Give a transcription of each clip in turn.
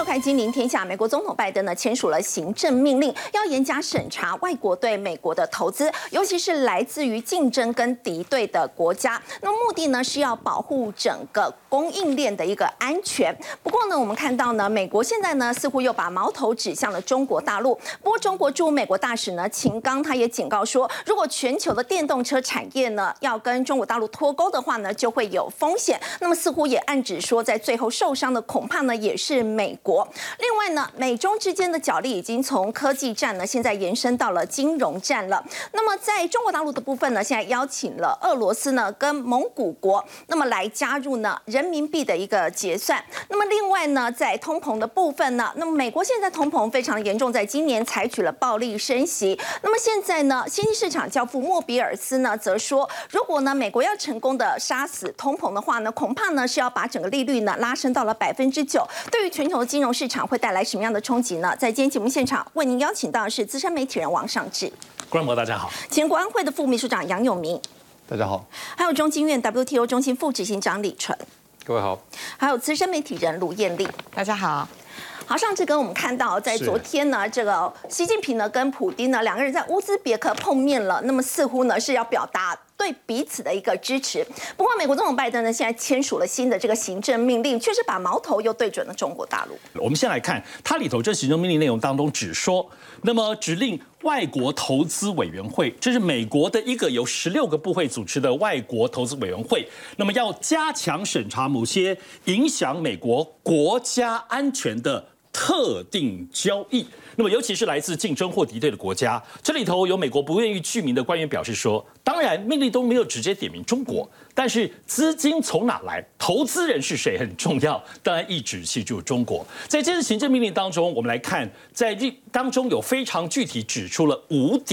开金临天下，美国总统拜登呢签署了行政命令，要严加审查外国对美国的投资，尤其是来自于竞争跟敌对的国家。那目的呢是要保护整个供应链的一个安全。不过呢，我们看到呢，美国现在呢似乎又把矛头指向了中国大陆。不过，中国驻美国大使呢秦刚他也警告说，如果全球的电动车产业呢要跟中国大陆脱钩的话呢，就会有风险。那么似乎也暗指说，在最后受伤的恐怕呢也是美国。另外呢，美中之间的角力已经从科技战呢，现在延伸到了金融战了。那么在中国大陆的部分呢，现在邀请了俄罗斯呢跟蒙古国，那么来加入呢人民币的一个结算。那么另外呢，在通膨的部分呢，那么美国现在通膨非常严重，在今年采取了暴力升息。那么现在呢，新兴市场教父莫比尔斯呢则说，如果呢美国要成功的杀死通膨的话呢，恐怕呢是要把整个利率呢拉升到了9%。对于全球的金融市场会带来什么样的冲击呢？在今天节目现场为您邀请到的是资深媒体人王尚志， 观众朋友大家好； 前国安会的副秘书长杨永明， 大家好； 还有中经院 WTO 中心副执行长李纯， 各位好； 还有资深媒体人卢燕丽， 大家好。 好，上次跟我们看到，在昨天呢，这个习近平呢跟普丁呢两个人在乌兹别克碰面了，那么似乎呢是要表达对彼此的一个支持。不过，美国总统拜登呢现在签署了新的这个行政命令，却是把矛头又对准了中国大陆。 我们先来看它里头这行政命令内容当中只说，那么指令外国投资委员会，这是美国的一个由16个部会组织的外国投资委员会，那么要加强审查某些影响美国国家安全的特定交易，那么尤其是来自竞争或敌对的国家。这里头有美国不愿意具名的官员表示说，当然命令都没有直接点名中国，但是资金从哪来，投资人是谁很重要，当然一指系就是中国。在这次行政命令当中，我们来看，在当中有非常具体指出了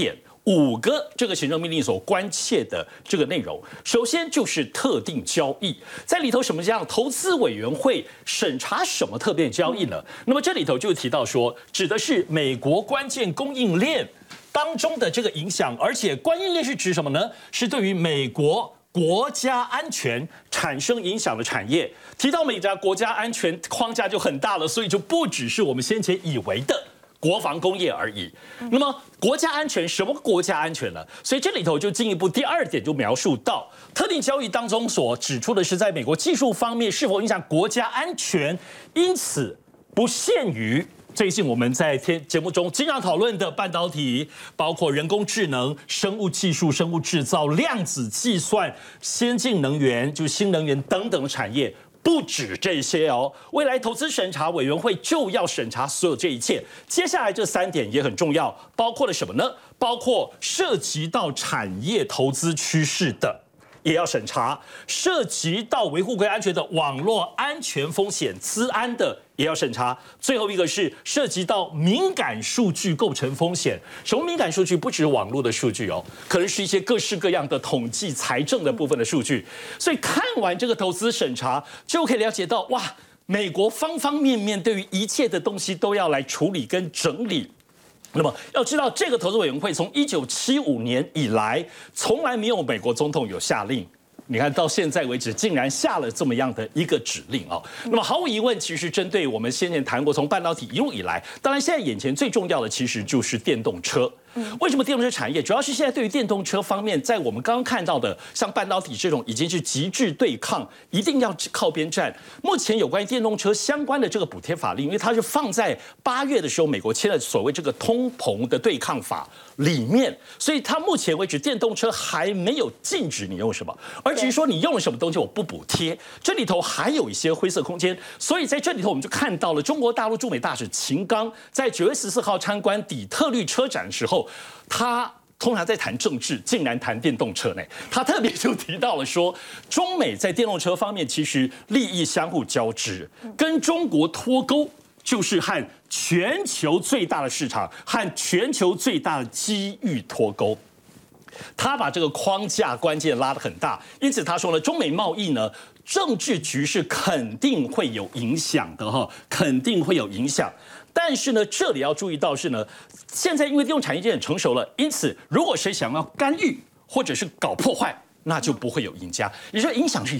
5个这个行政命令所关切的这个内容。首先就是特定交易，在里头什么样投资委员会审查什么特定交易呢？那么这里头就提到说，指的是美国关键供应链当中的这个影响，而且关键链是指什么呢？是对于美国国家安全产生影响的产业。提到美国国家安全框架就很大了，所以就不只是我们先前以为的国防工业而已。那么国家安全，什么国家安全呢？所以这里头就进一步第2点就描述到，特定交易当中所指出的是，在美国技术方面是否影响国家安全，因此不限于最近我们在节目中经常讨论的半导体，包括人工智能、生物技术、生物制造、量子计算、先进能源，就是新能源等等的产业。不止这些哦，未来投资审查委员会就要审查所有这一切。接下来这3点也很重要，包括了什么呢？包括涉及到产业投资趋势的，也要审查；涉及到维护国家安全的网络安全风险、资安的，也要审查。最后一个是涉及到敏感数据构成风险。什么敏感数据？不止网络的数据哦，可能是一些各式各样的统计、财政的部分的数据。所以看完这个投资审查，就可以了解到，哇，美国方方面面对于一切的东西都要来处理跟整理。那么要知道，这个投资委员会从1975年以来，从来没有美国总统有下令。你看到现在为止，竟然下了这么样的一个指令哦。那么毫无疑问，其实针对我们先前谈过，从半导体一路以来，当然现在眼前最重要的其实就是电动车。为什么电动车产业？主要是现在对于电动车方面，在我们刚刚看到的，像半导体这种已经是极致对抗，一定要靠边站。目前有关于电动车相关的这个补贴法令，因为它是放在8月的时候，美国签了所谓这个通膨的对抗法里面，所以它目前为止电动车还没有禁止你用什么，而只是说你用了什么东西我不补贴，这里头还有一些灰色空间。所以在这里头我们就看到了中国大陆驻美大使秦刚在9月14号参观底特律车展的时候，他通常在谈政治，竟然谈电动车呢。他特别就提到了说，中美在电动车方面其实利益相互交织，跟中国脱钩就是和全球最大的市场和全球最大的机遇脱钩。他把这个框架关键拉得很大，因此他说呢，中美贸易呢，政治局势肯定会有影响的哈，肯定会有影响。但是呢，这里要注意到是呢，现在因为电动产业已经很成熟了，因此如果谁想要干预或者是搞破坏，那就不会有赢家。也就是说影响是有，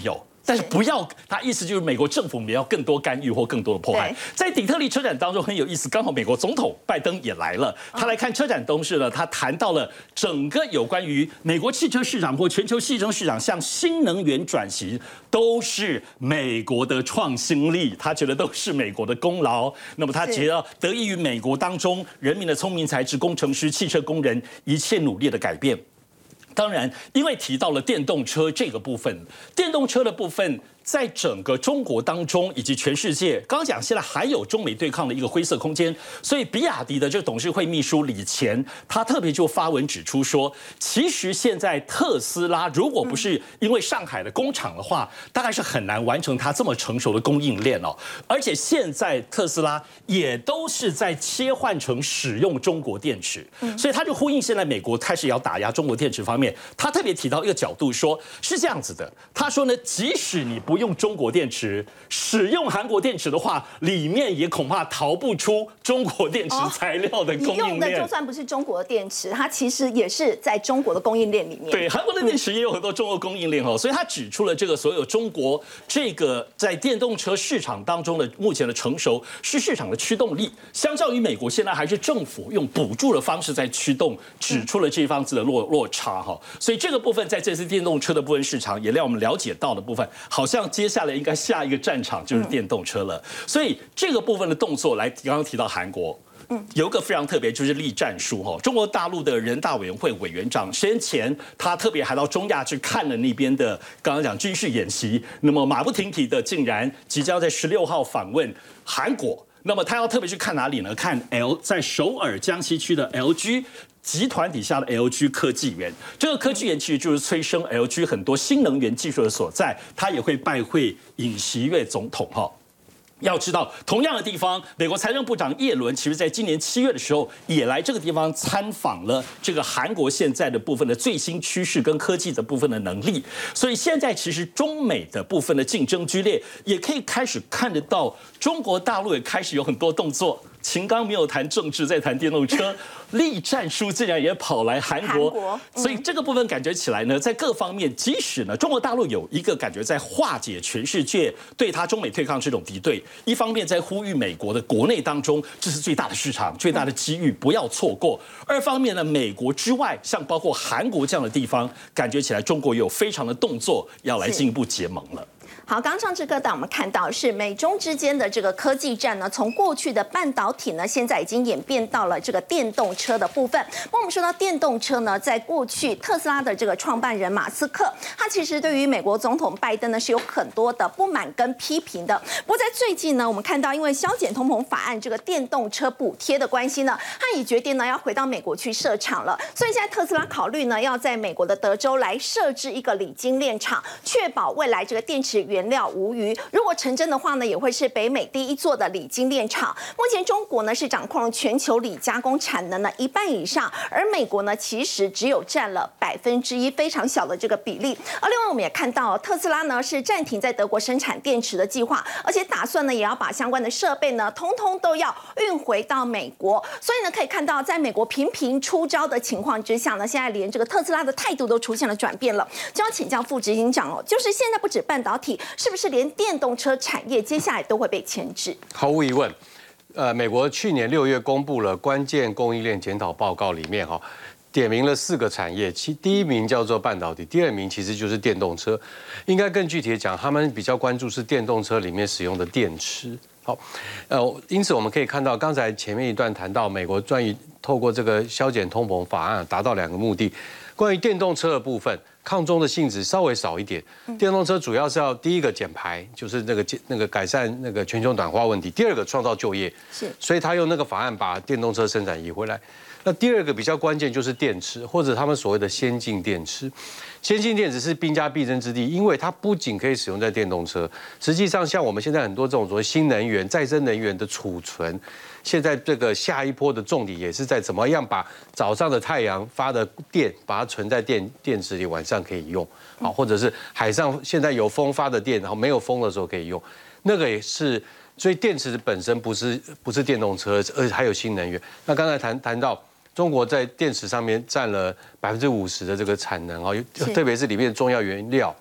但是不要，他意思就是美国政府不要更多干预或更多的迫害。在底特律车展当中很有意思，刚好美国总统拜登也来了，他来看车展东市呢，他谈到了整个有关于美国汽车市场或全球汽车市场向新能源转型，都是美国的创新力，他觉得都是美国的功劳。那么他觉得得益于美国当中人民的聪明才智、工程师、汽车工人一切努力的改变。当然，因为提到了电动车这个部分，电动车的部分在整个中国当中以及全世界，刚刚讲现在还有中美对抗的一个灰色空间，所以比亚迪的这个董事会秘书李乾，他特别就发文指出说，其实现在特斯拉如果不是因为上海的工厂的话，大概是很难完成它这么成熟的供应链哦。而且现在特斯拉也都是在切换成使用中国电池，所以他就呼应现在美国开始要打压中国电池方面。他特别提到一个角度，说是这样子的。他说呢，即使你不用中国电池，使用韩国电池的话，里面也恐怕逃不出中国电池材料的供应链。 你用的就算不是中国的电池，它其实也是在中国的供应链里面。 对，韩国的电池也有很多中国供应链哦，所以他指出了这个所有中国这个在电动车市场当中的目前的成熟是市场的驱动力，相较于美国现在还是政府用补助的方式在驱动，指出了这方面的落差哈。所以这个部分在这次电动车的部分市场也让我们了解到的部分，好像接下来应该下一个战场就是电动车了。所以这个部分的动作来，刚刚提到韩国。有一个非常特别，就是栗战书哈，中国大陆的人大委员会委员长先前他特别还到中亚去看了那边的刚刚讲军事演习，那么马不停蹄的竟然即将在16号访问韩国。那么他要特别去看哪里呢？看在首尔江西区的 LG集团底下的 LG 科技园，这个科技园其实就是催生 LG 很多新能源技术的所在。他也会拜会尹锡悦总统哈。要知道，同样的地方，美国财政部长耶伦其实在今年7月的时候也来这个地方参访了这个韩国现在的部分的最新趋势跟科技的部分的能力。所以现在其实中美的部分的竞争剧烈，也可以开始看得到中国大陆也开始有很多动作。秦刚没有谈政治，在谈电动车。栗战书竟然也跑来韩国，所以这个部分感觉起来呢，在各方面，即使呢中国大陆有一个感觉在化解全世界对它中美对抗这种敌对，一方面在呼吁美国的国内当中，这是最大的市场、最大的机遇，不要错过；二方面呢，美国之外，像包括韩国这样的地方，感觉起来中国有非常的动作要来进一步结盟了。 好，刚上这个档我们看到是美中之间的这个科技战呢，从过去的半导体呢，现在已经演变到了这个电动车的部分。那我们说到电动车呢，在过去特斯拉的这个创办人马斯克，他其实对于美国总统拜登呢是有很多的不满跟批评的。不过在最近呢，我们看到因为削减通膨法案这个电动车补贴的关系呢，他已决定呢要回到美国去设厂了。所以现在特斯拉考虑呢，要在美国的德州来设置一个锂精炼厂，确保未来这个电池原料无虞。如果成真的话呢，也会是北美第一座的锂精炼厂。目前中国呢是掌控了全球锂加工产能的1半以上，而美国呢其实只有占了1%，非常小的这个比例。而另外我们也看到，特斯拉呢是暂停在德国生产电池的计划，而且打算呢也要把相关的设备呢通通都要运回到美国。所以呢可以看到，在美国频频出招的情况之下呢，现在连这个特斯拉的态度都出现了转变了。就要请教副执行长哦，就是现在不止半导体，是不是连电动车产业接下来都会被牵制？ 毫无疑问，美国去年6月公布了关键供应链检讨报告，里面点名了4个产业，第一名叫做半导体，第二名其实就是电动车。应该更具体的讲，他们比较关注是电动车里面使用的电池。好，因此我们可以看到，刚才前面一段谈到，美国专于透过这个削减通膨法案达到2个目的。关于电动车的部分，抗中的性质稍微少一点。电动车主要是要第一个减排，就是那个改善那个全球暖化问题；第二个创造就业，所以他用那个法案把电动车生产移回来。那第二个比较关键就是电池，或者他们所谓的先进电池。先进电池是兵家必争之地，因为它不仅可以使用在电动车，实际上像我们现在很多这种所谓新能源、再生能源的储存，现在这个下一波的重点也是在怎么样把早上的太阳发的电，把它存在电池里，晚上可以用，好，或者是海上现在有风发的电，然后没有风的时候可以用，那个也是。所以电池本身不是电动车，而且还有新能源。那刚才谈到。中国在电池上面占了50%的这个产能特别是里面的重要原料，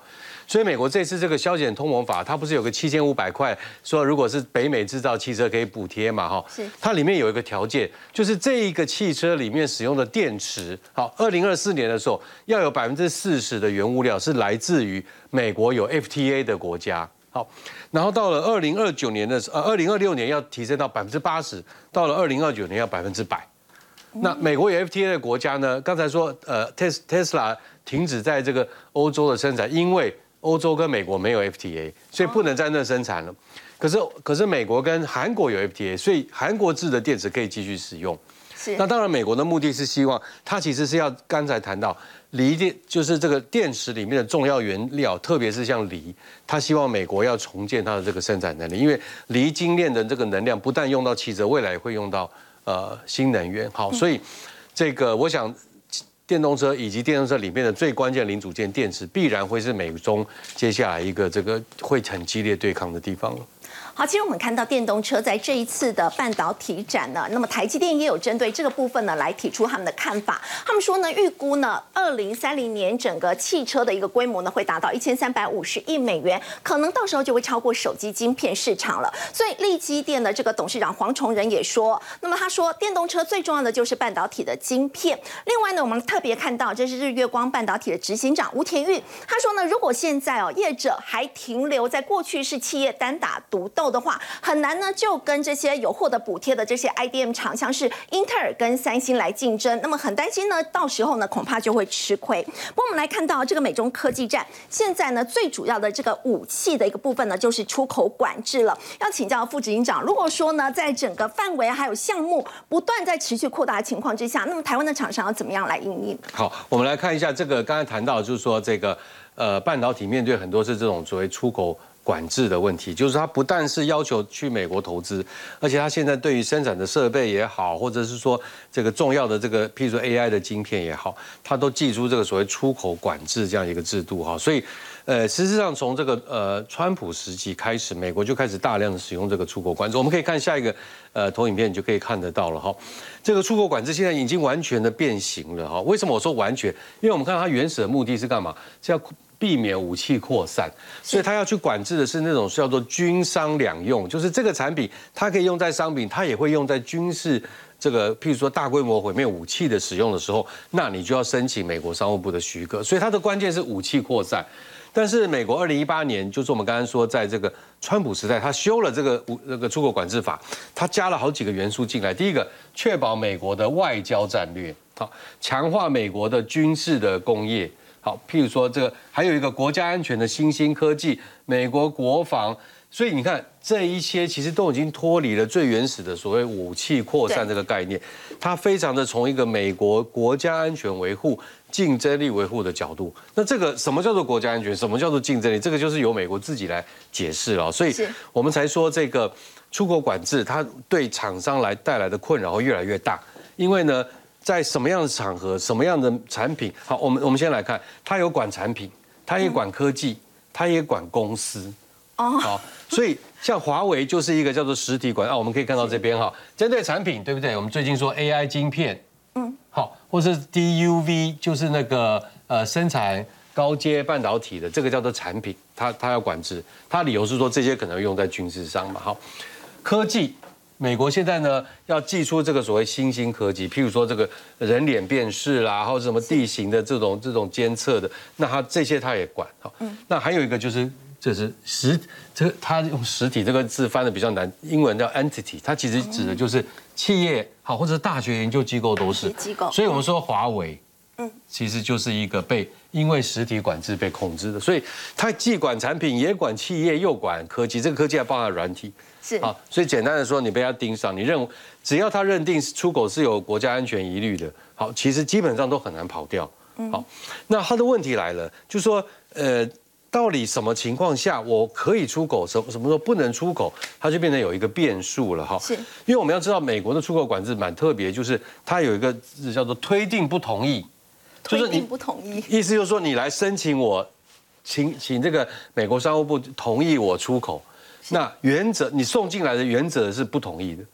所以美国这次这个削减通膨法，它不是有个7500块，说如果是北美制造汽车可以补贴嘛，哈， 是。 它里面有一个条件，就是这一个汽车里面使用的电池，好，2024年的时候要有40%的原物料是来自于美国有 FTA 的国家。好，然后到了2026年要提升到80%，到了2029年要100%。那美国有 FTA 的国家呢？刚才说，Tesla 停止在这个欧洲的生产，因为欧洲跟美国没有 FTA， 所以不能在那生产了。可是美国跟韩国有 FTA， 所以韩国制的电池可以继续使用。那当然，美国的目的是希望它其实是要刚才谈到锂电，就是这个电池里面的重要原料，特别是像锂，它希望美国要重建它的这个生产能力，因为锂精炼的这个能量不但用到汽车，未来也会用到新能源。好，所以这个我想电动车以及电动车里面的最关键零组件电池，必然会是美中接下来一个这个会很激烈对抗的地方了。 好，其实我们看到电动车在这一次的半导体展呢，那么台积电也有针对这个部分呢来提出他们的看法。他们说呢，预估呢，2030年整个汽车的一个规模呢会达到1350亿美元，可能到时候就会超过手机晶片市场了。所以力积电的这个董事长黄崇仁也说，那么他说电动车最重要的就是半导体的晶片。另外呢，我们特别看到这是日月光半导体的执行长吴田玉，他说呢，如果现在业者还停留在过去是企业单打独斗的话，很难呢就跟这些有获得补贴的这些 IDM 厂，像是英特尔跟三星来竞争。那么很担心呢，到时候呢恐怕就会吃亏。不过我们来看到这个美中科技战，现在呢最主要的这个武器的一个部分呢，就是出口管制了。要请教副执行长，如果说呢在整个范围还有项目不断在持续扩大的情况之下，那么台湾的厂商要怎么样来因应？ 好，我们来看一下这个刚才谈到，就是说这个半导体面对很多是这种所谓出口管制的问题，就是它不但是要求去美国投资，而且它现在对于生产的设备也好，或者是说这个重要的这个，譬如说 AI 的晶片也好，它都寄出这个所谓出口管制这样一个制度哈。所以，事实上从这个川普时期开始，美国就开始大量的使用这个出口管制。我们可以看下一个投影片，你就可以看得到了哈。这个出口管制现在已经完全的变形了哈。为什么我说完全？因为我们看到它原始的目的是干嘛？是要避免武器扩散，所以他要去管制的是那种叫做军商两用，就是这个产品它可以用在商品，它也会用在军事这个，譬如说大规模毁灭武器的使用的时候，那你就要申请美国商务部的许可。所以它的关键是武器扩散。但是美国2018年，就是我们刚刚说，在这个川普时代，他修了这个出口管制法，他加了好几个元素进来。第一个，确保美国的外交战略，好，强化美国的军事的工业。好，譬如说这个还有一个国家安全的新兴科技，美国国防，所以你看这一些其实都已经脱离了最原始的所谓武器扩散这个概念，它非常的从一个美国国家安全维护、竞争力维护的角度。那这个什么叫做国家安全？什么叫做竞争力？这个就是由美国自己来解释了。所以我们才说这个出口管制，它对厂商来带来的困扰会越来越大，因为呢，在什么样的场合、什么样的产品？好，我们先来看，它有管产品，它也管科技，它也管公司。好，所以像华为就是一个叫做实体管啊，我们可以看到这边哈，针对产品，对不对？我们最近说 AI 晶片，好，或是 DUV 就是那个生产高阶半导体的，这个叫做产品，它要管制，它理由是说这些可能用在军事上嘛。好，科技。美国现在呢要祭出这个所谓新兴科技，譬如说这个人脸辨识啦，或者什么地形的这种监测的，那它这些它也管。好，那还有一个就是它用实体这个字翻的比较难，英文叫 entity， 它其实指的就是企业好或者大学研究机构都是机构。所以我们说华为，其实就是一个因为实体管制被控制的，所以它既管产品也管企业又管科技，这个科技还包含软体。是好，所以简单的说，你被他盯上，只要他认定出口是有国家安全疑虑的，好，其实基本上都很难跑掉。好，那他的问题来了，就是说，到底什么情况下我可以出口，什么时候不能出口，它就变成有一个变数了哈。是，因为我们要知道美国的出口管制蛮特别，就是它有一个字叫做推定不同意， 推定不同意， 意思就是说你来申请我，请这个美国商务部同意我出口。那原则你送进来的原则是不同意的，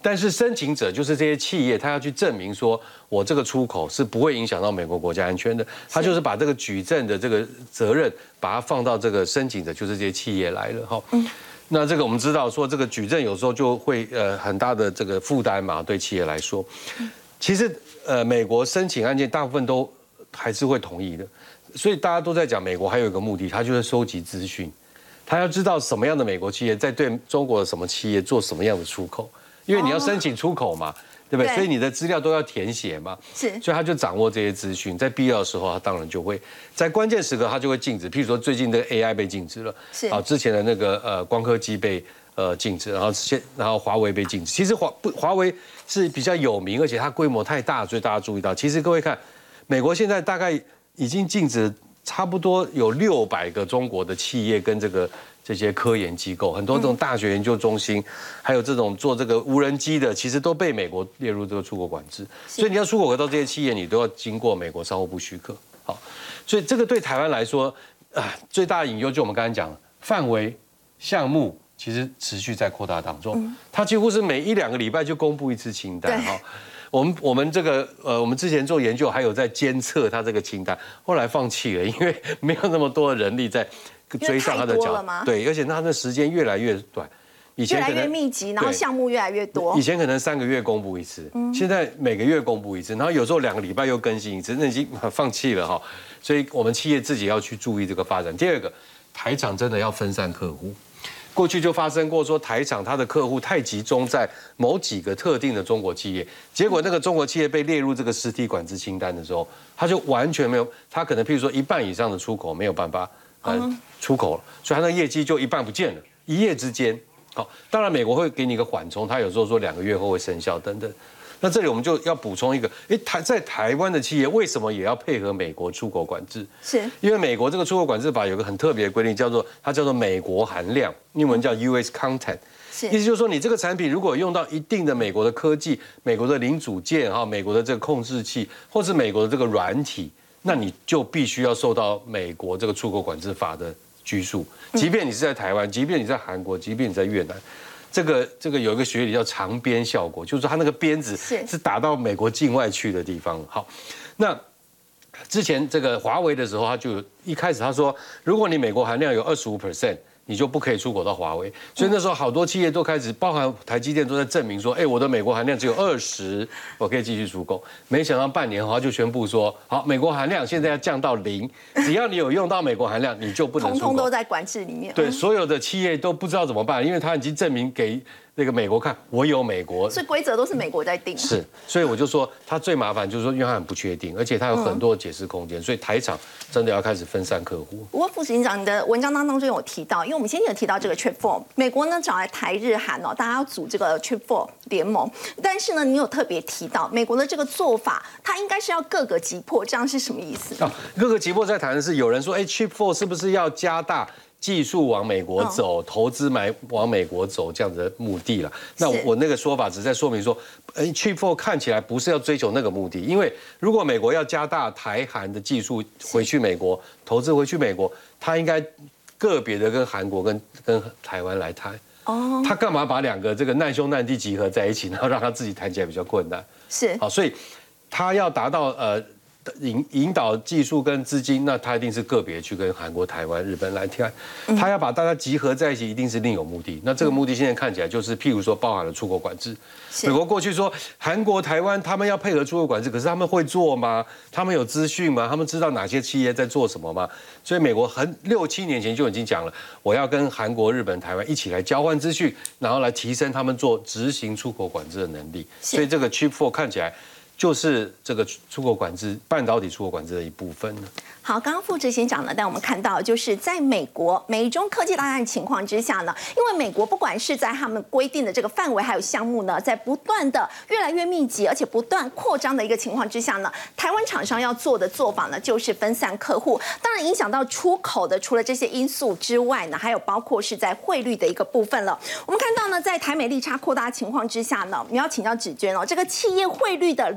但是申请者就是这些企业，他要去证明说，我这个出口是不会影响到美国国家安全的。他就是把这个举证的这个责任，把它放到这个申请者，就是这些企业来了哈。那这个我们知道说，这个举证有时候就会很大的这个负担嘛，对企业来说。其实美国申请案件大部分都还是会同意的，所以大家都在讲美国还有一个目的，他就是收集资讯，他要知道什么样的美国企业在对中国的什么企业做什么样的出口。因为你要申请出口嘛，对不对？所以你的资料都要填写嘛， 是， 所以他就掌握这些资讯，在必要的时候，他当然就会在关键时刻，他就会禁止。譬如说，最近这个 AI 被禁止了， 是啊，之前的那个光刻机被禁止，然后华为被禁止。其实华为是比较有名，而且它规模太大，所以大家注意到。其实各位看，美国现在大概已经禁止差不多有600个中国的企业跟这些科研机构，很多这种大学研究中心，还有这种做这个无人机的，其实都被美国列入这个出口管制。所以你要出口到这些企业，你都要经过美国商务部许可。好，所以这个对台湾来说，最大的隐忧就我们刚才讲了，范围、项目其实持续在扩大当中。它几乎是每1-2个礼拜就公布一次清单。哈，我们这个我们之前做研究，还有在监测它这个清单，后来放弃了，因为没有那么多的人力在追上他的脚，对，而且他的时间越来越短，以前越来越密集，然后项目越来越多。 以前可能3个月公布一次，现在每个月公布一次，然后有时候2个礼拜又更新一次，那已经放弃了哈。所以我们企业自己要去注意这个发展。第二个，台厂真的要分散客户。过去就发生过说台厂它的客户太集中在某几个特定的中国企业，结果那个中国企业被列入这个实体管制清单的时候，他就完全没有，他可能譬如说1半以上的出口没有办法出口了，所以他的业绩就1半不见了，一夜之间。好，当然美国会给你一个缓冲，他有时候说2个月后会生效等等。那这里我们就要补充一个，在台湾的企业为什么也要配合美国出口管制？ 是因为美国这个出口管制法有个很特别的规定，它叫做美国含量，英文叫 US Content。意思就是说，你这个产品如果用到一定的美国的科技、美国的零组件哈、美国的这个控制器，或是美国的这个软体，那你就必须要受到美国这个出口管制法的拘束。即便你是在台湾，即便你在韩国，即便你在越南。这个有一个学理叫长鞭效果，就是说它那个鞭子是打到美国境外去的地方。好，那之前这个华为的时候，他就一开始他说，如果你美国含量有25%，你就不可以出口到华为。所以那时候好多企业都开始，包含台积电都在证明说，我的美国含量只有20%，我可以继续出口。没想到半年后他就宣布说，好，美国含量现在要降到0，只要你有用到美国含量，你就不能出口。 通通都在管制里面。 对，所有的企业都不知道怎么办，因为他已经证明给那个美国看，我有美国， 所以规则都是美国在定。 是，所以我就说它最麻烦就是说，因为它很不确定，而且它有很多解释空间，所以台厂真的要开始分散客户。 不过副执行长，你的文章当中有提到，因为我们先前有提到这个 Trade 4， 美国呢找来台日韩大家要组这个 Trade 4联盟，但是呢，你有特别提到美国的这个做法，它应该是要各个击破，这样是什么意思？ 各个击破在谈的是有人说，Trade 4是不是要加大技术往美国走，投资往美国走这样子的目的了？那我那个说法只是在说明说，Trade 4看起来不是要追求那个目的，因为如果美国要加大台韩的技术回去美国，投资回去美国，他应该个别的跟韩国跟台湾来谈。他干嘛把2个这个难兄难弟集合在一起，然后让他自己谈起来比较困难？ 是好，所以他要达到引导技术跟资金，那他一定是个别去跟韩国、台湾、日本来谈。他要把大家集合在一起，一定是另有目的。那这个目的现在看起来就是，譬如说包含了出口管制。美国过去说韩国、台湾他们要配合出口管制，可是他们会做吗？他们有资讯吗？他们知道哪些企业在做什么吗？所以美国6、7年前就已经讲了，我要跟韩国、日本、台湾一起来交换资讯，然后来提升他们做执行出口管制的能力。所以这个 Chip 4看起来就是这个出口管制、半导体出口管制的一部分呢。 好，刚刚副执行长呢，但我们看到就是在美国美中科技大战情况之下呢，因为美国不管是在他们规定的这个范围还有项目呢，在不断的越来越密集，而且不断扩张的一个情况之下呢，台湾厂商要做的做法呢，就是分散客户。当然影响到出口的，除了这些因素之外呢，还有包括是在汇率的一个部分了。我们看到呢，在台美利差扩大情况之下呢，我们要请教芷娟这个企业汇率的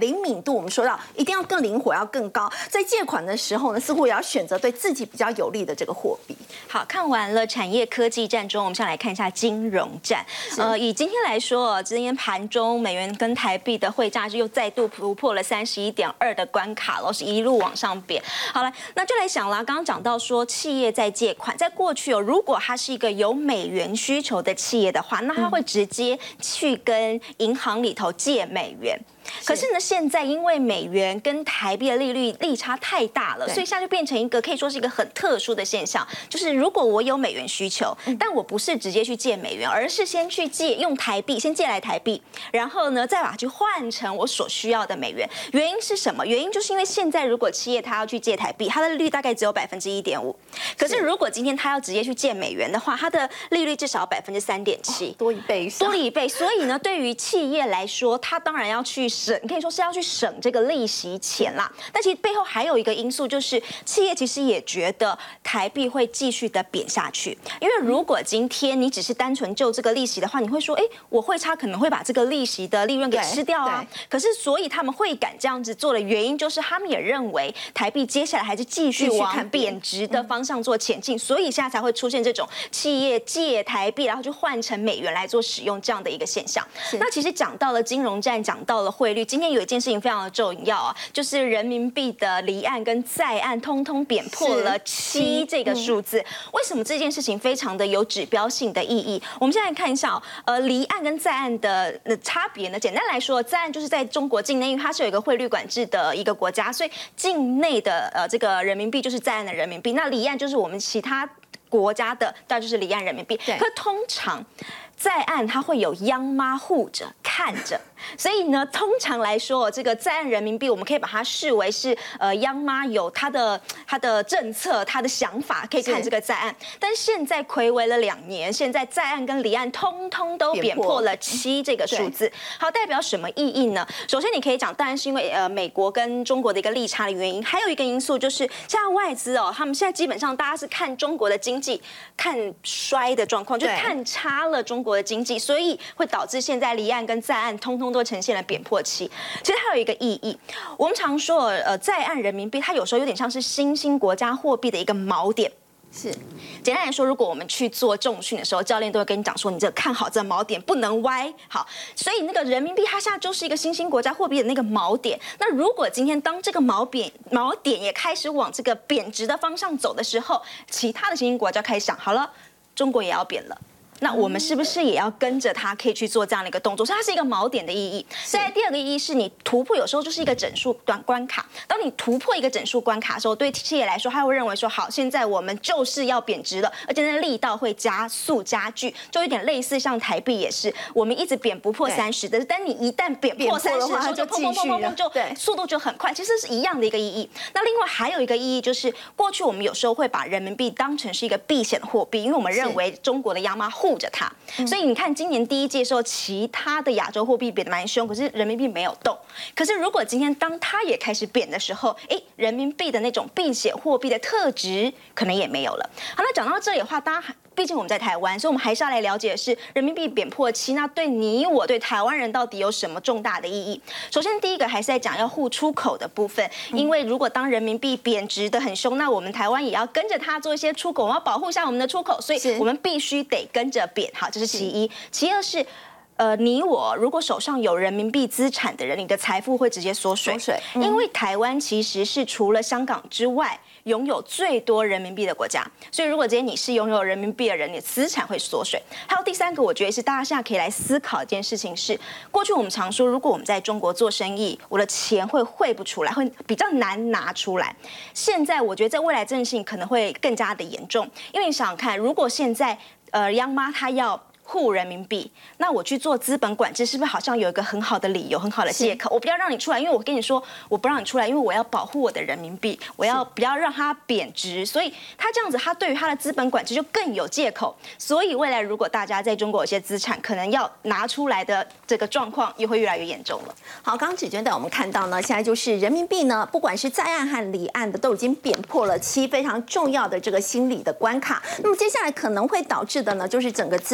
灵敏度，我们说到一定要更灵活，要更高。在借款的时候呢，似乎也要选择对自己比较有利的这个货币。 好，看完了产业科技战中，我们先来看一下金融战。以今天来说，今天盘中美元跟台币的汇价是又再度突破了31.2的关卡了，是一路往上贬。好了，那就来想啦，刚刚讲到说企业在借款，在过去如果它是一个有美元需求的企业的话，那它会直接去跟银行里头借美元。可是呢，现在因为美元跟台币的利率利差太大了，所以现在就变成一个可以说是一个很特殊的现象，就是如果我有美元需求，但我不是直接去借美元，而是先去用台币，先借来台币，然后呢再把它去换成我所需要的美元。原因是什么？原因就是因为现在如果企业它要去借台币，它的利率大概只有1.5%，可是如果今天它要直接去借美元的话，它的利率至少要3.7%， 多一倍以上， 多了一倍。所以呢，对于企业来说，它当然要去可以说是要去省这个利息钱啦。但其实背后还有一个因素，就是企业其实也觉得台币会继续的贬下去。因为如果今天你只是单纯就这个利息的话，你会说，我汇差可能会把这个利息的利润给吃掉啊。可是，所以他们会敢这样子做的原因，就是他们也认为台币接下来还是继续往贬值的方向做前进，所以现在才会出现这种企业借台币，然后就换成美元来做使用这样的一个现象。那其实讲到了金融战，讲到了汇率，今天有一件事情非常的重要啊，就是人民币的离岸跟在岸通通贬破了7这个数字。为什么这件事情非常的有指标性的意义？我们现在看一下离岸跟在岸的差别呢？简单来说，在岸就是在中国境内，因为它是有一个汇率管制的一个国家，所以境内的这个人民币就是在岸的人民币，那离岸就是我们其他国家的，当然就是离岸人民币。可通常在岸它会有央妈护着看着，所以呢，通常来说，这个在岸人民币我们可以把它视为是央妈有它的政策、它的想法可以看这个在岸。但是现在睽违了2年，现在在岸跟离岸通通都贬破了7这个数字。好，代表什么意义呢？首先你可以讲，当然是因为美国跟中国的一个利差的原因，还有一个因素就是现在外资他们现在基本上大家是看中国的经济看衰的状况，就看差了中国的经济，所以会导致现在离岸跟在岸通通都呈现了贬破期。其实它有一个意义，我们常说在岸人民币它有时候有点像是新兴国家货币的一个锚点。 是， 简单来说，如果我们去做重训的时候，教练都会跟你讲说，你这看好这锚点不能歪。好，所以那个人民币它现在就是一个新兴国家货币的那个锚点。那如果今天当这个锚点也开始往这个贬值的方向走的时候，其他的新兴国家开始想，好了，中国也要贬了。那我们是不是也要跟着它，可以去做这样的一个动作？所以它是一个锚点的意义。再来第二个意义是你突破，有时候就是一个整数关卡。当你突破一个整数关卡的时候，对企业来说，他会认为说，好，现在我们就是要贬值了，而且那力道会加速加剧，就有点类似像台币也是，我们一直贬不破30的，但你一旦贬破30的时候，就砰，就速度就很快。其实是一样的一个意义。那另外还有一个意义就是，过去我们有时候会把人民币当成是一个避险货币，因为我们认为中国的央妈护着它，所以你看今年第一季的时候，其他的亚洲货币贬得蛮凶，可是人民币没有动。可是如果今天当它也开始贬的时候，人民币的那种避险货币的特质可能也没有了。好，那讲到这里的话，大家毕竟我们在台湾，所以我们还是要来了解的是人民币贬破7，那对你我对台湾人到底有什么重大的意义？首先第一个还是在讲要护出口的部分，因为如果当人民币贬值的很凶，那我们台湾也要跟着它做一些出口，我们要保护一下我们的出口，所以我们必须得跟着贬。好，这是其一。其二是你我如果手上有人民币资产的人，你的财富会直接缩水，因为台湾其实是除了香港之外拥有最多人民币的国家，所以如果今天你是拥有人民币的人，你的资产会缩水。还有第三个，我觉得是大家现在可以来思考一件事情是，过去我们常说，如果我们在中国做生意，我的钱会汇不出来，会比较难拿出来。现在我觉得在未来这件事情可能会更加的严重，因为你想想看，如果现在央妈她要护人民币，那我去做资本管制，是不是好像有一个很好的理由、很好的借口？我不要让你出来，因为我跟你说，我不让你出来，因为我要保护我的人民币，我要不要让它贬值？所以他这样子，他对于他的资本管制就更有借口。所以未来如果大家在中国有些资产可能要拿出来的这个状况，也会越来越严重了。 好，刚刚芷娟带我们看到呢，现在就是人民币呢，不管是在岸和离岸的，都已经贬破了7非常重要的这个心理的关卡。那么接下来可能会导致的呢，就是整个资金的外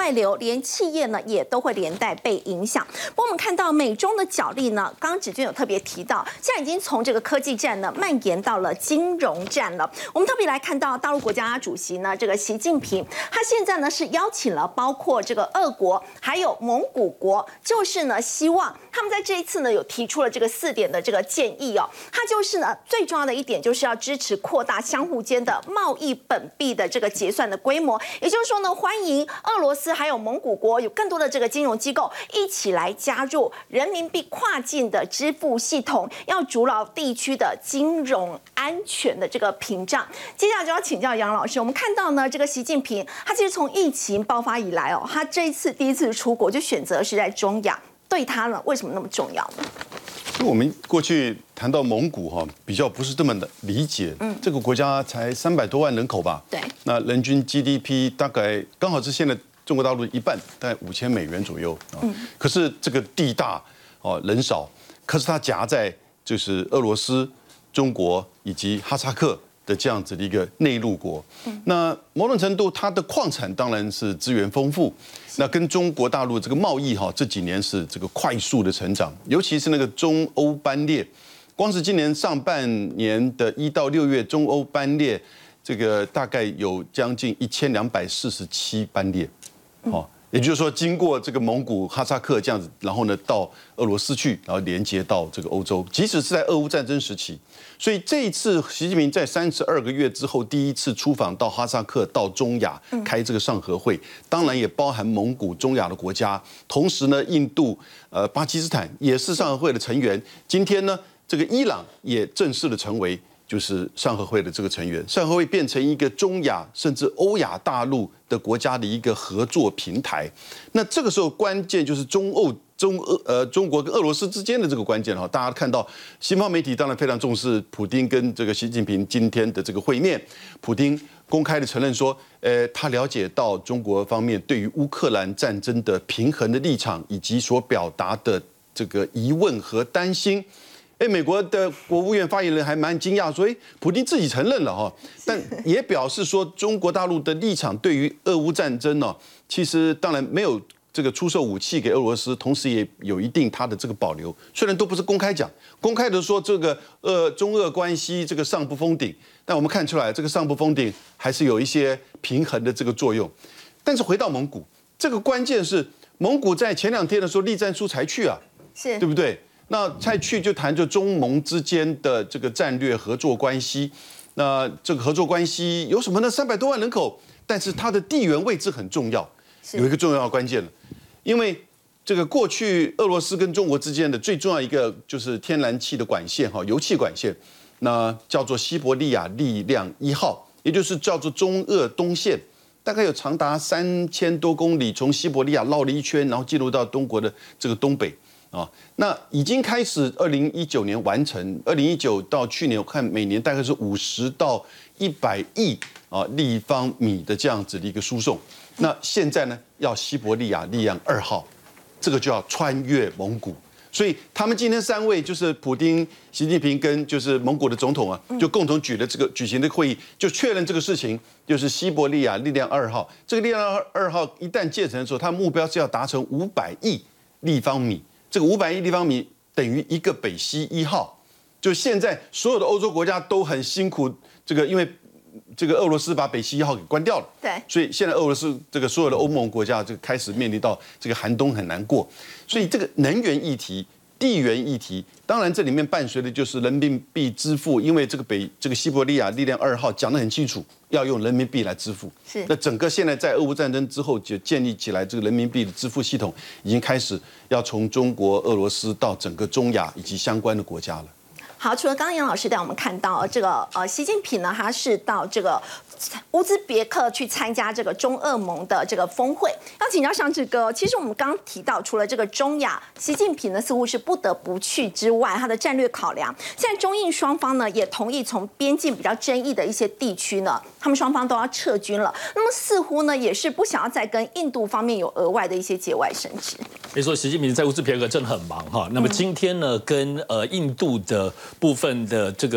外流，连企业呢也都会连带被影响。不过我们看到美中的角力呢，刚刚芷娟有特别提到，现在已经从这个科技战呢蔓延到了金融战了。我们特别来看到大陆国家主席呢，这个习近平，他现在呢是邀请了包括这个俄国还有蒙古国，就是呢希望他们在这一次呢有提出了这个4点的这个建议哦，它就是呢最重要的一点就是要支持扩大相互间的贸易本币的这个结算的规模，也就是说呢，欢迎俄罗斯还有蒙古国有更多的这个金融机构一起来加入人民币跨境的支付系统，要筑牢地区的金融安全的这个屏障。接下来就要请教杨老师，我们看到呢，这个习近平他其实从疫情爆发以来哦，他这一次第一次出国就选择是在中亚，对他呢为什么那么重要呢？ 因为我们过去谈到蒙古哈，比较不是这么的理解。这个国家才300多万人口吧？ 对。 那人均 GDP 大概刚好是现在中国大陆一半，大概5000美元左右啊。可是这个地大哦，人少，可是它夹在就是俄罗斯、中国以及哈萨克的这样子的一个内陆国。那某种程度，它的矿产当然是资源丰富。那跟中国大陆这个贸易哈，这几年是这个快速的成长，尤其是那个中欧班列，光是今年上半年的1到6月，中欧班列这个大概有将近1247班列，哦，也就是说经过这个蒙古、哈萨克这样子，然后呢到俄罗斯去，然后连接到这个欧洲，即使是在俄乌战争时期。所以这一次，习近平在32个月之后第一次出访到哈萨克、到中亚开这个上合会，当然也包含蒙古、中亚的国家，同时呢，印度、巴基斯坦也是上合会的成员。今天呢，这个伊朗也正式的成为就是上合会的这个成员，上合会变成一个中亚甚至欧亚大陆的国家的一个合作平台。那这个时候关键就是中国跟俄罗斯之间的这个关键哈，大家看到西方媒体当然非常重视普丁跟这个习近平今天的这个会面。普丁公开的承认说，他了解到中国方面对于乌克兰战争的平衡的立场以及所表达的这个疑问和担心。美国的国务院发言人还蛮惊讶，说，普丁自己承认了哈，但也表示说，中国大陆的立场对于俄乌战争呢，其实当然没有这个出售武器给俄罗斯，同时也有一定它的这个保留，虽然都不是公开讲，公开的说这个中俄关系这个上不封顶，但我们看出来这个上不封顶还是有一些平衡的这个作用。但是回到蒙古，这个关键是蒙古在前2天的时候，栗战书才去啊， 是对不对？那才去就谈就中蒙之间的这个战略合作关系。那这个合作关系有什么呢？300多万人口，但是它的地缘位置很重要，有一个重要的关键了，因为这个过去俄罗斯跟中国之间的最重要一个就是天然气的管线哈，油气管线，那叫做西伯利亚力量1号，也就是叫做中俄东线，大概有长达3000多公里，从西伯利亚绕了一圈，然后进入到中国的这个东北。那已经开始2019年完成，2019到去年我看每年大概是50到100亿立方米的这样子的一个输送。那现在呢，要西伯利亚力量2号，这个就要穿越蒙古。所以他们今天3位就是普丁、习近平跟就是蒙古的总统啊，就共同举行的会议，就确认这个事情，就是西伯利亚力量2号。这个力量2号一旦建成的时候，它的目标是要达成500亿立方米。这个500亿立方米等于一个北溪1号，就现在所有的欧洲国家都很辛苦，这个因为这个俄罗斯把北溪1号给关掉了， 对， 所以现在俄罗斯这个所有的欧盟国家就开始面临到这个寒冬很难过，所以这个能源议题、地缘议题，当然这里面伴随的就是人民币支付，因为这个西伯利亚力量2号讲得很清楚，要用人民币来支付。 是， 那整个现在在俄乌战争之后就建立起来这个人民币的支付系统，已经开始要从中国、俄罗斯到整个中亚以及相关的国家了。 好，除了刚刚杨老师带我们看到这个习近平呢，他是到这个乌兹别克去参加这个中俄盟的这个峰会。要请教上志哥，其实我们刚刚提到，除了这个中亚，习近平呢似乎是不得不去之外，他的战略考量，现在中印双方呢也同意从边境比较争议的一些地区呢，他们双方都要撤军了。那么似乎呢也是不想要再跟印度方面有额外的一些节外生枝。 没错，习近平在乌兹别克真的很忙哈。那么今天呢，跟印度的部分的这个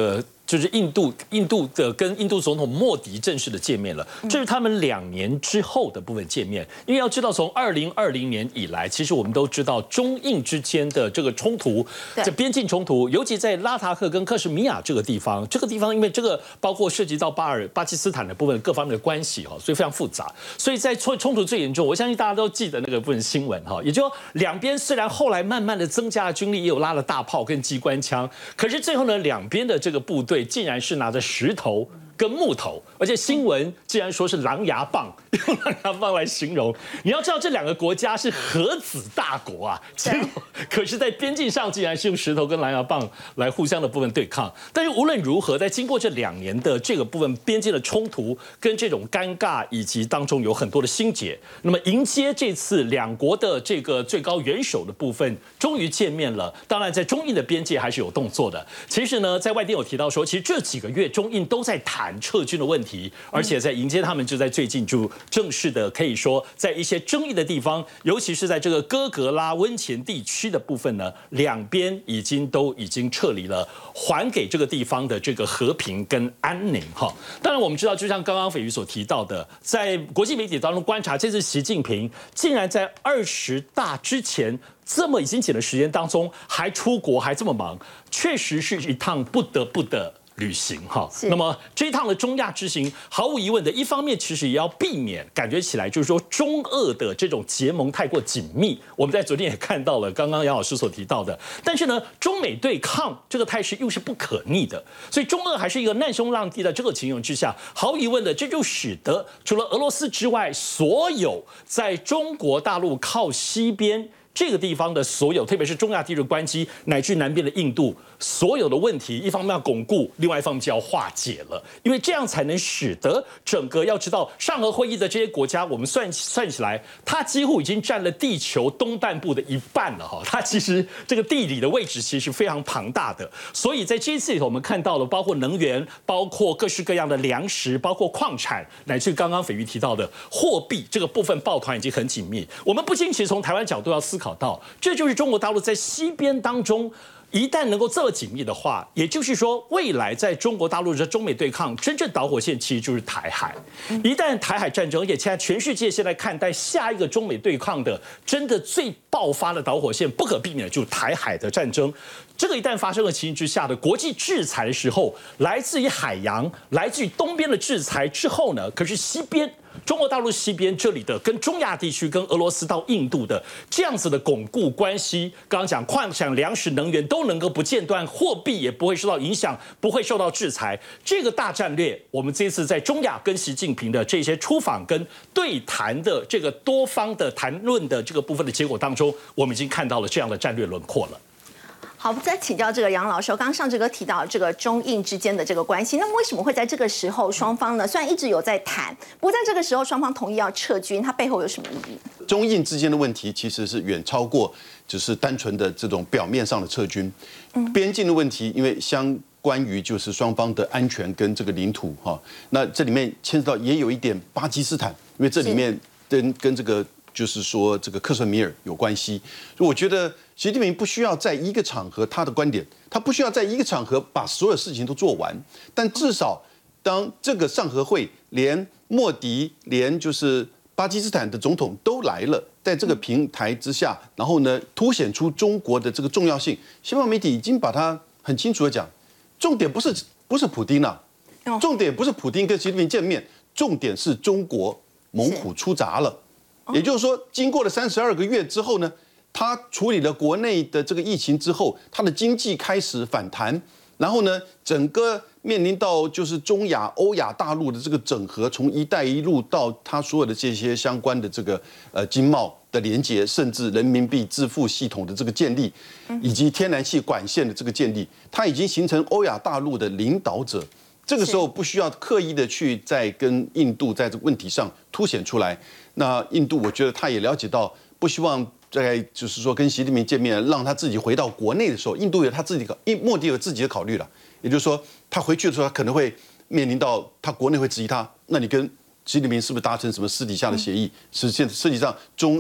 就是印度的跟印度总统莫迪正式的见面了，这是他们2年之后的部分见面。因为要知道，从2020年以来，其实我们都知道中印之间的这个冲突，这边境冲突，尤其在拉塔克跟克什米亚这个地方，因为这个包括涉及到巴基斯坦的部分各方面的关系哈，所以非常复杂。所以在冲突最严重，我相信大家都记得那个部分新闻哈，也就两边虽然后来慢慢的增加了军力，也有拉了大炮跟机关枪，可是最后呢，两边的这个部队竟然是拿着石头跟木头，而且新闻竟然说是狼牙棒，用狼牙棒来形容。你要知道，这2个国家是核子大国啊，结果可是在边境上竟然是用石头跟狼牙棒来互相的部分对抗。但是无论如何，在经过这2年的这个部分边境的冲突跟这种尴尬，以及当中有很多的心结，那么迎接这次2国的这个最高元首的部分终于见面了。当然，在中印的边界还是有动作的。其实呢，在外电有提到说，其实这几个月中印都在谈撤军的问题，而且在迎接他们就在最近就正式的可以说，在一些争议的地方，尤其是在这个哥格拉温泉地区的部分呢，两边已经撤离了，还给这个地方的这个和平跟安宁哈。当然，我们知道，就像刚刚斐瑜所提到的，在国际媒体当中观察，这次习近平竟然在20大之前。这么已经紧的时间当中，还出国，还这么忙，确实是一趟不得不的旅行哈。那么这一趟的中亚之行，毫无疑问的，一方面其实也要避免感觉起来就是说中俄的这种结盟太过紧密。我们在昨天也看到了，刚刚杨老师所提到的，但是呢，中美对抗这个态势又是不可逆的，所以中俄还是一个难兄难弟的这个情形之下，毫无疑问的，这就使得除了俄罗斯之外，所有在中国大陆靠西边。这个地方的所有，特别是中亚地区关系，乃至南边的印度，所有的问题，一方面要巩固，另外一方面就要化解了，因为这样才能使得整个要知道上合会议的这些国家，我们算起来，它几乎已经占了地球东半部的一半了哈。它其实这个地理的位置其实非常庞大的，所以在这一次里头，我们看到了包括能源，包括各式各样的粮食，包括矿产，乃至刚刚斐瑜提到的货币这个部分抱团已经很紧密。我们不仅其实从台湾角度要思考。这就是中国大陆在西边当中，一旦能够这么紧密的话，也就是说，未来在中国大陆的中美对抗，真正导火线其实就是台海。一旦台海战争，而且现在全世界现在看待下一个中美对抗的真的最爆发的导火线，不可避免的就是台海的战争。这个一旦发生的情形之下的国际制裁的时候，来自于海洋、来自于东边的制裁之后呢，可是西边。中国大陆西边这里的跟中亚地区、跟俄罗斯到印度的这样子的巩固关系，刚刚讲矿产、粮食、能源都能够不间断，货币也不会受到影响，不会受到制裁。这个大战略，我们这次在中亚跟习近平的这些出访跟对谈的这个多方的谈论的这个部分的结果当中，我们已经看到了这样的战略轮廓了。 好，再请教这个杨老师，刚刚上这个提到这个中印之间的这个关系，那么为什么会在这个时候双方呢？虽然一直有在谈，不过在这个时候双方同意要撤军，它背后有什么意义？ 中印之间的问题其实是远超过只是单纯的这种表面上的撤军，边境的问题，因为相关于就是双方的安全跟这个领土哈，那这里面牵涉到也有一点巴基斯坦，因为这里面跟这个。就是说，这个克什米尔有关系，所以我觉得习近平不需要在一个场合，他的观点，他不需要在一个场合把所有事情都做完，但至少当这个上合会连莫迪，连就是巴基斯坦的总统都来了，在这个平台之下，然后呢，凸显出中国的这个重要性。西方媒体已经把它很清楚的讲，重点不是普丁啊，重点不是普丁跟习近平见面，重点是中国猛虎出闸了。也就是说，经过了32个月之后呢，他处理了国内的这个疫情之后，他的经济开始反弹，然后呢，整个面临到就是中亚、欧亚大陆的这个整合，从“一带一路”到他所有的这些相关的这个经贸的连接，甚至人民币支付系统的这个建立，以及天然气管线的这个建立，他已经形成欧亚大陆的领导者。这个时候不需要刻意的去在跟印度在这个问题上凸显出来。那印度我觉得他也了解到，不希望在就是说跟习近平见面，让他自己回到国内的时候，印度有他自己莫迪有自己的考虑了。也就是说，他回去的时候，他可能会面临到他国内会质疑他，那你跟习近平是不是达成什么私底下的协议？实际上中俄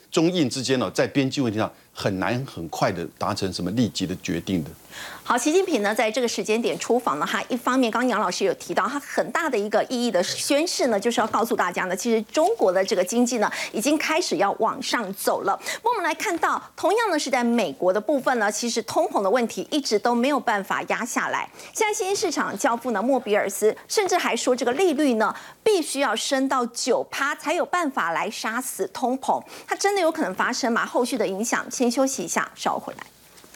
中印之间呢，在边境问题上很难很快的达成什么立即的决定的。 好，习近平呢在这个时间点出访呢，他一方面刚刚杨老师有提到，他很大的一个意义的宣示呢，就是要告诉大家呢，其实中国的这个经济呢已经开始要往上走了。不过我们来看到，同样的是在美国的部分呢，其实通膨的问题一直都没有办法压下来。现在新兴市场教父呢莫比尔斯甚至还说，这个利率呢必须要升到9%才有办法来杀死通膨。它真的有可能发生吗？后续的影响，先休息一下，稍后回来。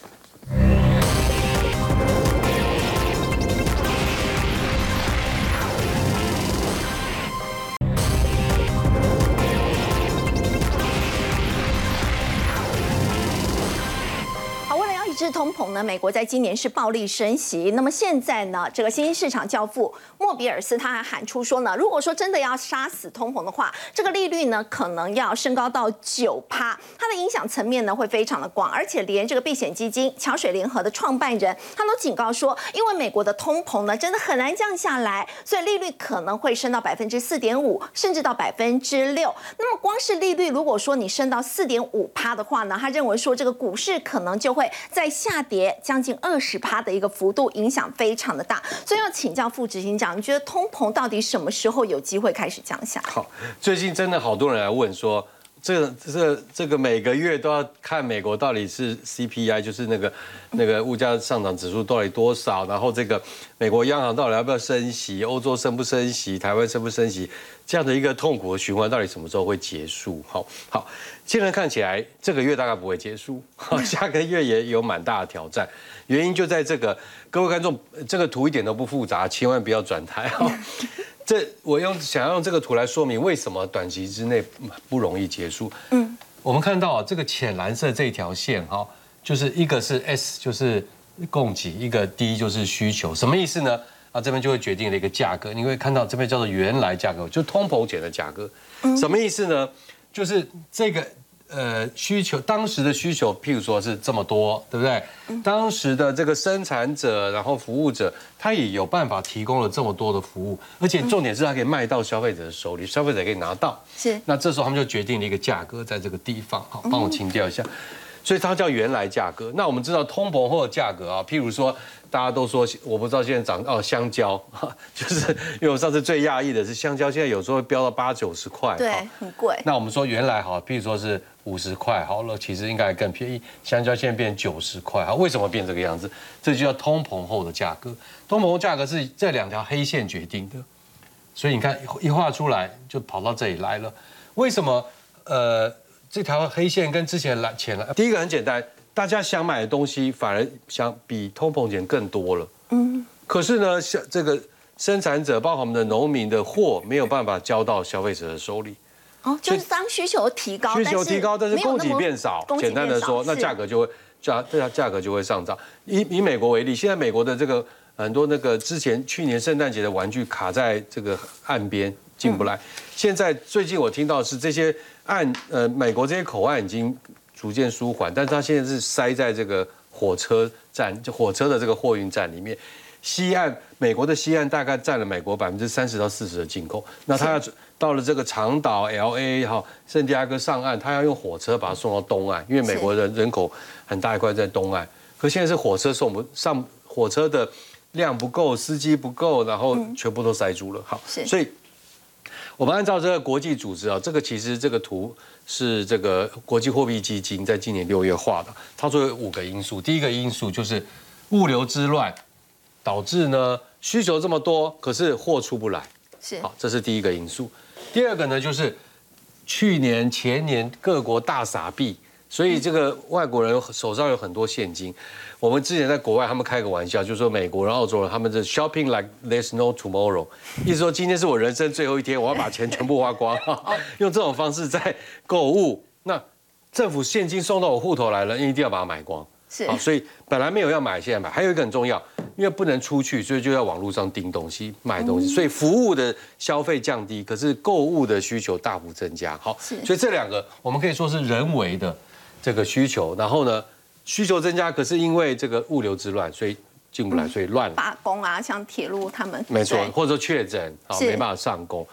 是通膨呢？美国在今年是暴力升息。那么现在呢？这个新兴市场教父莫比尔斯他还喊出说呢，如果说真的要杀死通膨的话，这个利率呢可能要升高到9%。它的影响层面呢会非常的广，而且连这个避险基金桥水联合的创办人他都警告说，因为美国的通膨呢真的很难降下来，所以利率可能会升到4.5%，甚至到6%。那么光是利率，如果说你升到4.5%的话呢，他认为说这个股市可能就会在下跌将近20%的一个幅度，影响非常的大。所以要请教副执行长，你觉得通膨到底什么时候有机会开始降下来？ 好，最近真的好多人来问说，这个每个月都要看美国到底是 CPI， 就是那个物价上涨指数到底多少，然后这个美国央行到底要不要升息，欧洲升不升息，台湾升不升息，这样的一个痛苦的循环到底什么时候会结束？好，现在看起来这个月大概不会结束，下个月也有蛮大的挑战。原因就在这个，各位观众，这个图一点都不复杂，千万不要转台哈。我想要用这个图来说明为什么短期之内不容易结束。我们看到啊，这个浅蓝色这条线哈，就是一个是 S， 就是供给，一个 D 就是需求，什么意思呢？啊，这边就会决定了一个价格，你会看到这边叫做原来价格，就通膨前的价格。什么意思呢？就是这个需求，当时的需求，譬如说是这么多，对不对？当时的这个生产者，然后服务者，他也有办法提供了这么多的服务，而且重点是他可以卖到消费者的手里，消费者可以拿到。 是。那这时候他们就决定了一个价格，在这个地方，好，帮我清掉一下。所以它叫原来价格。那我们知道通膨后的价格啊，譬如说大家都说，我不知道现在涨香蕉，就是因为我上次最讶异的是香蕉现在有时候会飙到80、90块， 对，很贵。 那我们说原来好，譬如说是50块好了，其实应该更便宜，香蕉现在变90块，好，为什么变这个样子？这就叫通膨后的价格。通膨后价格是这两条黑线决定的，所以你看一画出来就跑到这里来了。为什么？这条黑线跟之前浅蓝，第一个很简单，大家想买的东西反而想比通膨前更多了。可是呢，这个生产者，包括我们的农民的货，没有办法交到消费者的手里。 就是当需求提高， 但是供给变少。简单的说，那价格就会上涨。以美国为例，现在美国的这个很多那个去年圣诞节的玩具卡在这个岸边进不来。现在最近我听到是这些美国这些口岸已经逐渐舒缓，但是它现在是塞在这个火车站，就火车的这个货运站里面。美国的西岸大概占了美国30%到40%的进口。那它要到了这个长岛 LA 圣地亚哥上岸，它要用火车把它送到东岸，因为美国的人口很大一块在东岸。可现在是火车送不上，火车的量不够，司机不够，然后全部都塞住了。好，所以我们按照这个国际组织啊，其实这个图是这个国际货币基金在今年6月画的，它说有5个因素。第一个因素就是物流之乱，导致呢需求这么多，可是货出不来。好，这是第一个因素。第二个呢，就是去年前年各国大撒币，所以这个外国人手上有很多现金。我们之前在国外，他们开个玩笑，就是说美国人、澳洲人他们的 shopping like there's no tomorrow， 意思说今天是我人生最后一天，我要把钱全部花光，用这种方式在购物。那政府现金送到我户头来了，一定要把它买光。好，所以本来没有要买，现在买。还有一个很重要，因为不能出去，所以就要网络上订东西、买东西，所以服务的消费降低，可是购物的需求大幅增加。好，所以这两个我们可以说是人为的这个需求，然后呢，需求增加，可是因为这个物流之乱，所以进不来，所以乱了。 罢工啊，像铁路他们没错，或者说确诊，好没办法上工。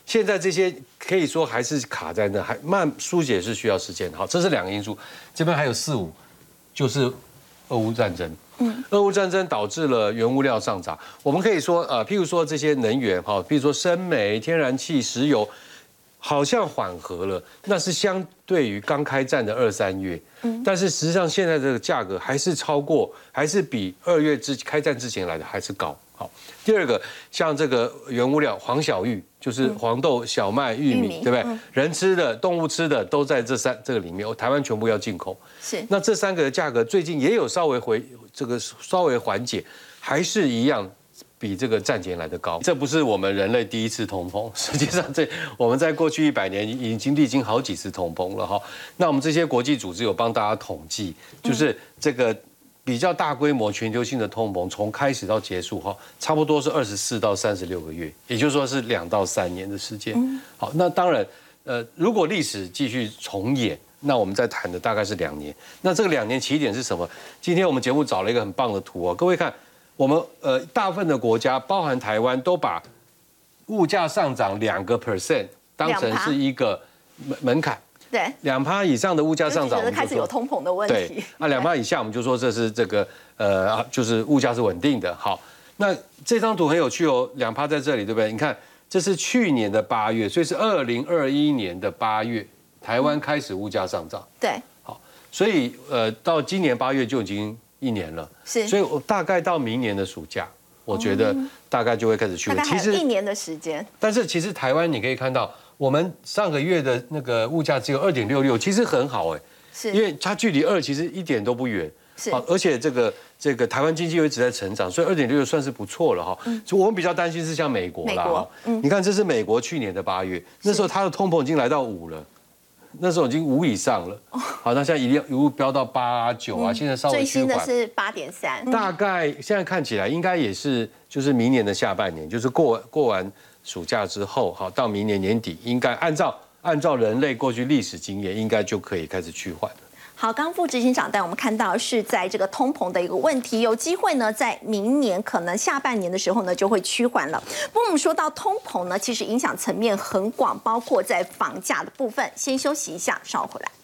现在这些可以说还是卡在那，还疏解是需要时间。好，这是2个因素。这边还有4、5，就是俄乌战争。俄乌战争导致了原物料上涨。我们可以说，譬如说这些能源，哈，譬如说生煤、天然气、石油，好像缓和了，那是相对于刚开战的2、3月。但是实际上现在这个价格还是还是比2月开战之前来的还是高。好，第二个，像这个原物料黄小玉，就是黄豆、小麦、玉米，对不对？人吃的、动物吃的都在这个里面，台湾全部要进口。 是。 那这3个的价格最近也有稍微缓解，还是一样比这个战前来的高。这不是我们人类第一次通膨，实际上我们在过去100年已经历经好几次通膨了哈。那我们这些国际组织有帮大家统计，就是这个比较大规模全球性的通膨，从开始到结束哈，差不多是24到36个月，也就是说是2到3年的时间。好，那当然，如果历史继续重演，那我们在谈的大概是2年。那这个2年起点是什么？今天我们节目找了一个很棒的图啊，各位看，我们大部分的国家，包含台湾，都把物价上涨2%当成是一个门槛。 对 ，2%以上的物价上涨，我们就开始有通膨的问题。 对，那2%以下，我们就说这是这个就是物价是稳定的。好，那这张图很有趣哦，2%在这里，对不对？你看，这是去年的8月，所以是2021年的8月，台湾开始物价上涨。 对， 好，所以到今年8月就已经1年了。 是， 所以我大概到明年的暑假，我觉得大概就会开始趋稳。 其实1年的时间。但是其实台湾你可以看到。我们上个月的那个物价只有2.66，其实很好哎， 是， 因为它距离2其实1点都不远， 是， 而且这个台湾经济又一直在成长，所以2.66算是不错了哈。就我们比较担心是像美国啦，你看这是美国去年的8月，那时候它的通膨已经来到5了，那时候已经5以上了，好，那现在一路飙到8、9啊，现在稍微最新的是8.3， 大概现在看起来应该也是就是明年的下半年，就是过完暑假之后，好，到明年年底，应该按照人类过去历史经验，应该就可以开始趋缓了。 好，刚副执行长带我们看到是在这个通膨的一个问题，有机会呢，在明年可能下半年的时候呢，就会趋缓了。不过我们说到通膨呢，其实影响层面很广，包括在房价的部分。先休息一下，稍后回来。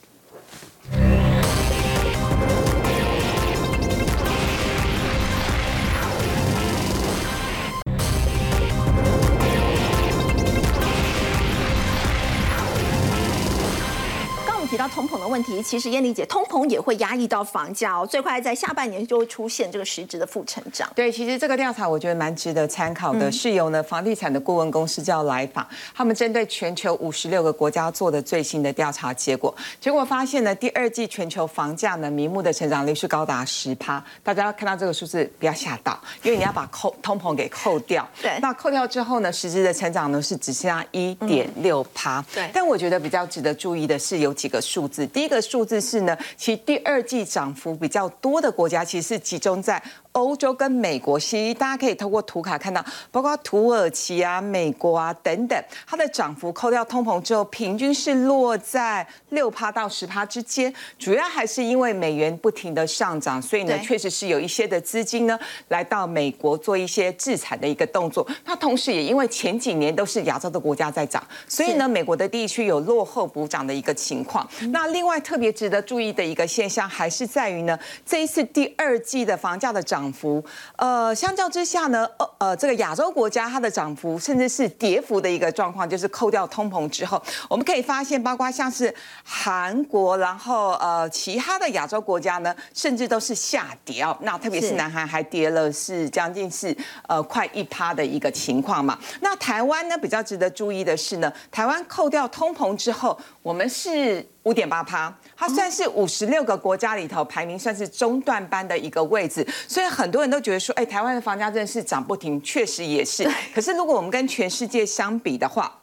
提到通膨的问题，其实燕俐姐，通膨也会压抑到房价哦，最快在下半年就会出现这个实质的负成长。 对，其实这个调查我觉得蛮值得参考的，是由呢房地产的顾问公司叫来访，他们针对全球56个国家做的最新的调查结果发现呢，第2季全球房价呢名目的成长率是高达10%，大家看到这个数字不要吓到，因为你要把通膨给扣掉， 对， 那扣掉之后呢，实质的成长呢是只剩下1.6%， 对， 但我觉得比较值得注意的是有几个数字，第一个数字是呢，其实第2季涨幅比较多的国家，其实是集中在欧洲跟美国。其实大家可以透过图卡看到，包括土耳其啊、美国啊等等，它的涨幅扣掉通膨之后，平均是落在6%到10%之间。主要还是因为美元不停的上涨，所以呢，确实是有一些的资金呢来到美国做一些制裁的一个动作。那同时也因为前几年都是亚洲的国家在涨，所以呢，美国的地区有落后补涨的一个情况。那另外特别值得注意的一个现象，还是在于呢，这一次第2季的房价的涨幅，相较之下呢，这个亚洲国家它的涨幅甚至是跌幅的一个状况，就是扣掉通膨之后，我们可以发现，包括像是韩国，然后其他的亚洲国家呢，甚至都是下跌哦。那特别是南韩还跌了是将近是快1%的一个情况嘛。那台湾呢，比较值得注意的是呢，台湾扣掉通膨之后，我们是5.8%，它算是56个国家里头排名算是中段班的一个位置，所以很多人都觉得说，台湾的房价真的是涨不停，确实也是。可是如果我们跟全世界相比的话，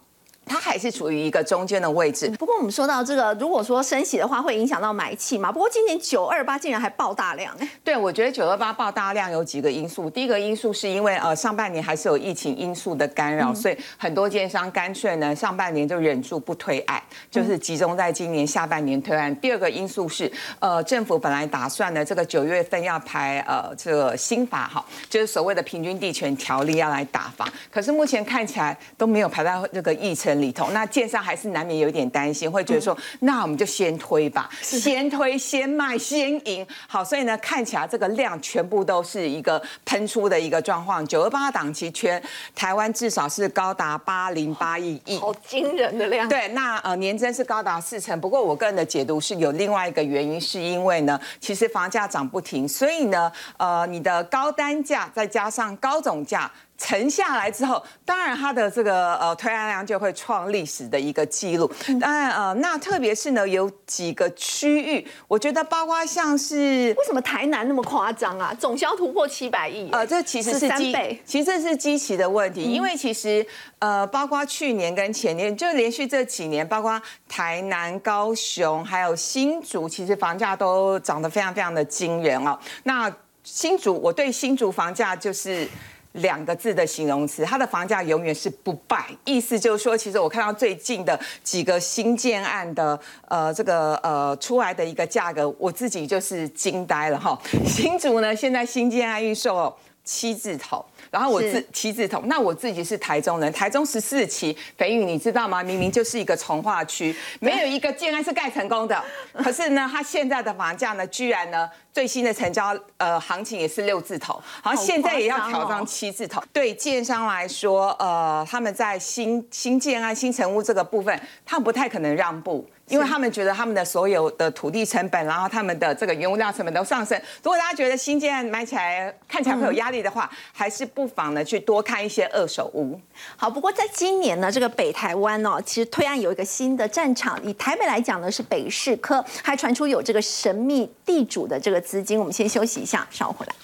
它还是处于一个中间的位置。 不过我们说到这个，如果说升息的话，会影响到买气嘛。不过今年928竟然还爆大量， 对，我觉得928爆大量有几个因素。第一个因素是因为上半年还是有疫情因素的干扰，所以很多建商干脆呢上半年就忍住不推案，就是集中在今年下半年推案。第二个因素是政府本来打算呢这个9月份要排这个新法哈，就是所谓的平均地权条例要来打房，可是目前看起来都没有排到这个议程里头。那建商还是难免有一点担心，会觉得说那我们就先推吧，先推先卖先赢。好，所以呢看起来这个量全部都是一个喷出的一个状况。928档期全台湾至少是高达808亿， 好惊人的量。 对，那年增是高达40%。不过我个人的解读是有另外一个原因，是因为呢，其实房价涨不停，所以呢，你的高单价再加上高总价沉下来之后，当然它的这个推案量就会创历史的一个记录。当然那特别是呢有几个区域，我觉得包括像是为什么台南那么夸张啊？总销突破700亿， 这其实是 3倍， 其实这是基期的问题，因为其实包括去年跟前年，就连续这几年，包括台南、高雄还有新竹，其实房价都涨得非常非常的惊人哦。那新竹，我对新竹房价就是2个字的形容词，它的房价永远是不败。意思就是说，其实我看到最近的几个新建案的出来的一个价格，我自己就是惊呆了哈。新竹呢，现在新建案预售7字头。然后7字头，那我自己是台中人，台中14期，斐宇你知道吗？明明就是一个重划区，没有一个建案是盖成功的。可是呢，它现在的房价呢，居然呢最新的成交行情也是6字头，好像现在也要挑战7字头。对建商来说，他们在新建案、新成屋这个部分，他们不太可能让步。因为他们觉得他们的所有的土地成本，然后他们的这个原物料成本都上升。如果大家觉得新建案买起来看起来会有压力的话，还是不妨呢去多看一些二手屋。 好，不过在今年呢，这个北台湾哦，其实推案有一个新的战场。以台北来讲呢，是北市科，还传出有这个神秘地主的这个资金。我们先休息一下，稍后回来。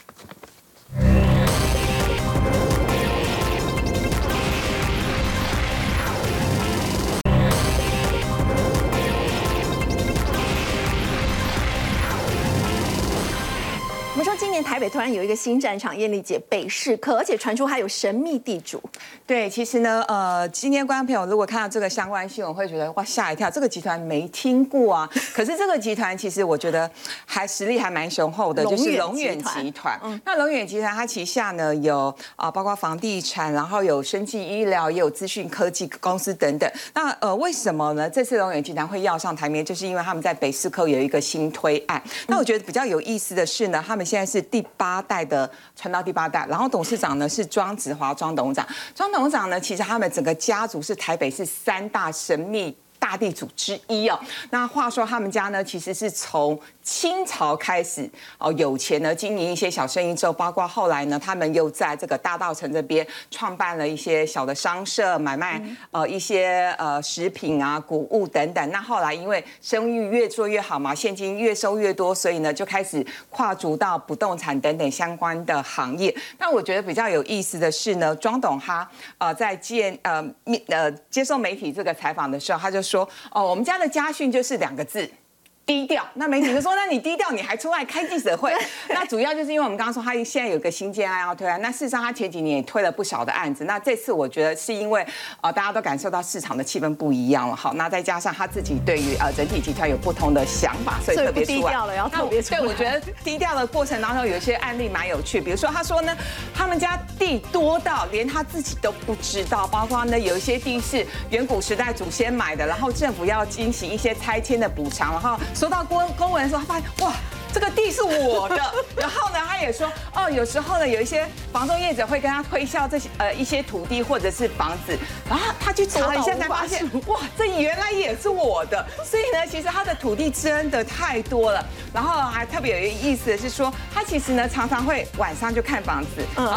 我们说今年台北突然有一个新战场，艳丽姐北市科，而且传出还有神秘地主。 对，其实呢，今天观众朋友如果看到这个相关新闻，会觉得哇吓一跳，这个集团没听过啊。可是这个集团其实我觉得实力还蛮雄厚的，就是龙远集团。那龙远集团它旗下呢有包括房地产，然后有生技医疗，也有资讯科技公司等等。那为什么呢？这次龙远集团会要上台面，就是因为他们在北市科有一个新推案。那我觉得比较有意思的是呢，他们现在是第8代的传到第8代，然后董事长呢是庄子华庄董事长。庄董事长呢，其实他们整个家族是台北市3大神秘大地主之一哦。那话说他们家呢，其实是从清朝开始有钱呢经营一些小生意之后，包括后来呢，他们又在这个大稻埕这边创办了一些小的商社，买卖一些食品啊、谷物等等。那后来因为生意越做越好嘛，现金越收越多，所以呢就开始跨足到不动产等等相关的行业。那我觉得比较有意思的是呢，庄董他在接受媒体这个采访的时候，他就说我们家的家训就是2个字。低调，那媒体就说，那你低调，你还出来开记者会？那主要就是因为我们刚刚说，他现在有个新建案要推案，那事实上他前几年也推了不少的案子。那这次我觉得是因为大家都感受到市场的气氛不一样了，好，那再加上他自己对于整体集团有不同的想法，所以特别低调了，要特别出来。 对，我觉得低调的过程当中有一些案例蛮有趣，比如说他说呢，他们家地多到连他自己都不知道，包括呢有一些地是远古时代祖先买的，然后政府要进行一些拆迁的补偿，然后收到公文的时候，他发现哇，这个地是我的。然后呢，他也说有时候呢，有一些房仲业者会跟他推销这些一些土地或者是房子，然后他去查了一下才发现，哇，这原来也是我的。所以呢，其实他的土地真的太多了。然后还特别有意思的是说，他其实呢常常会晚上就看房子。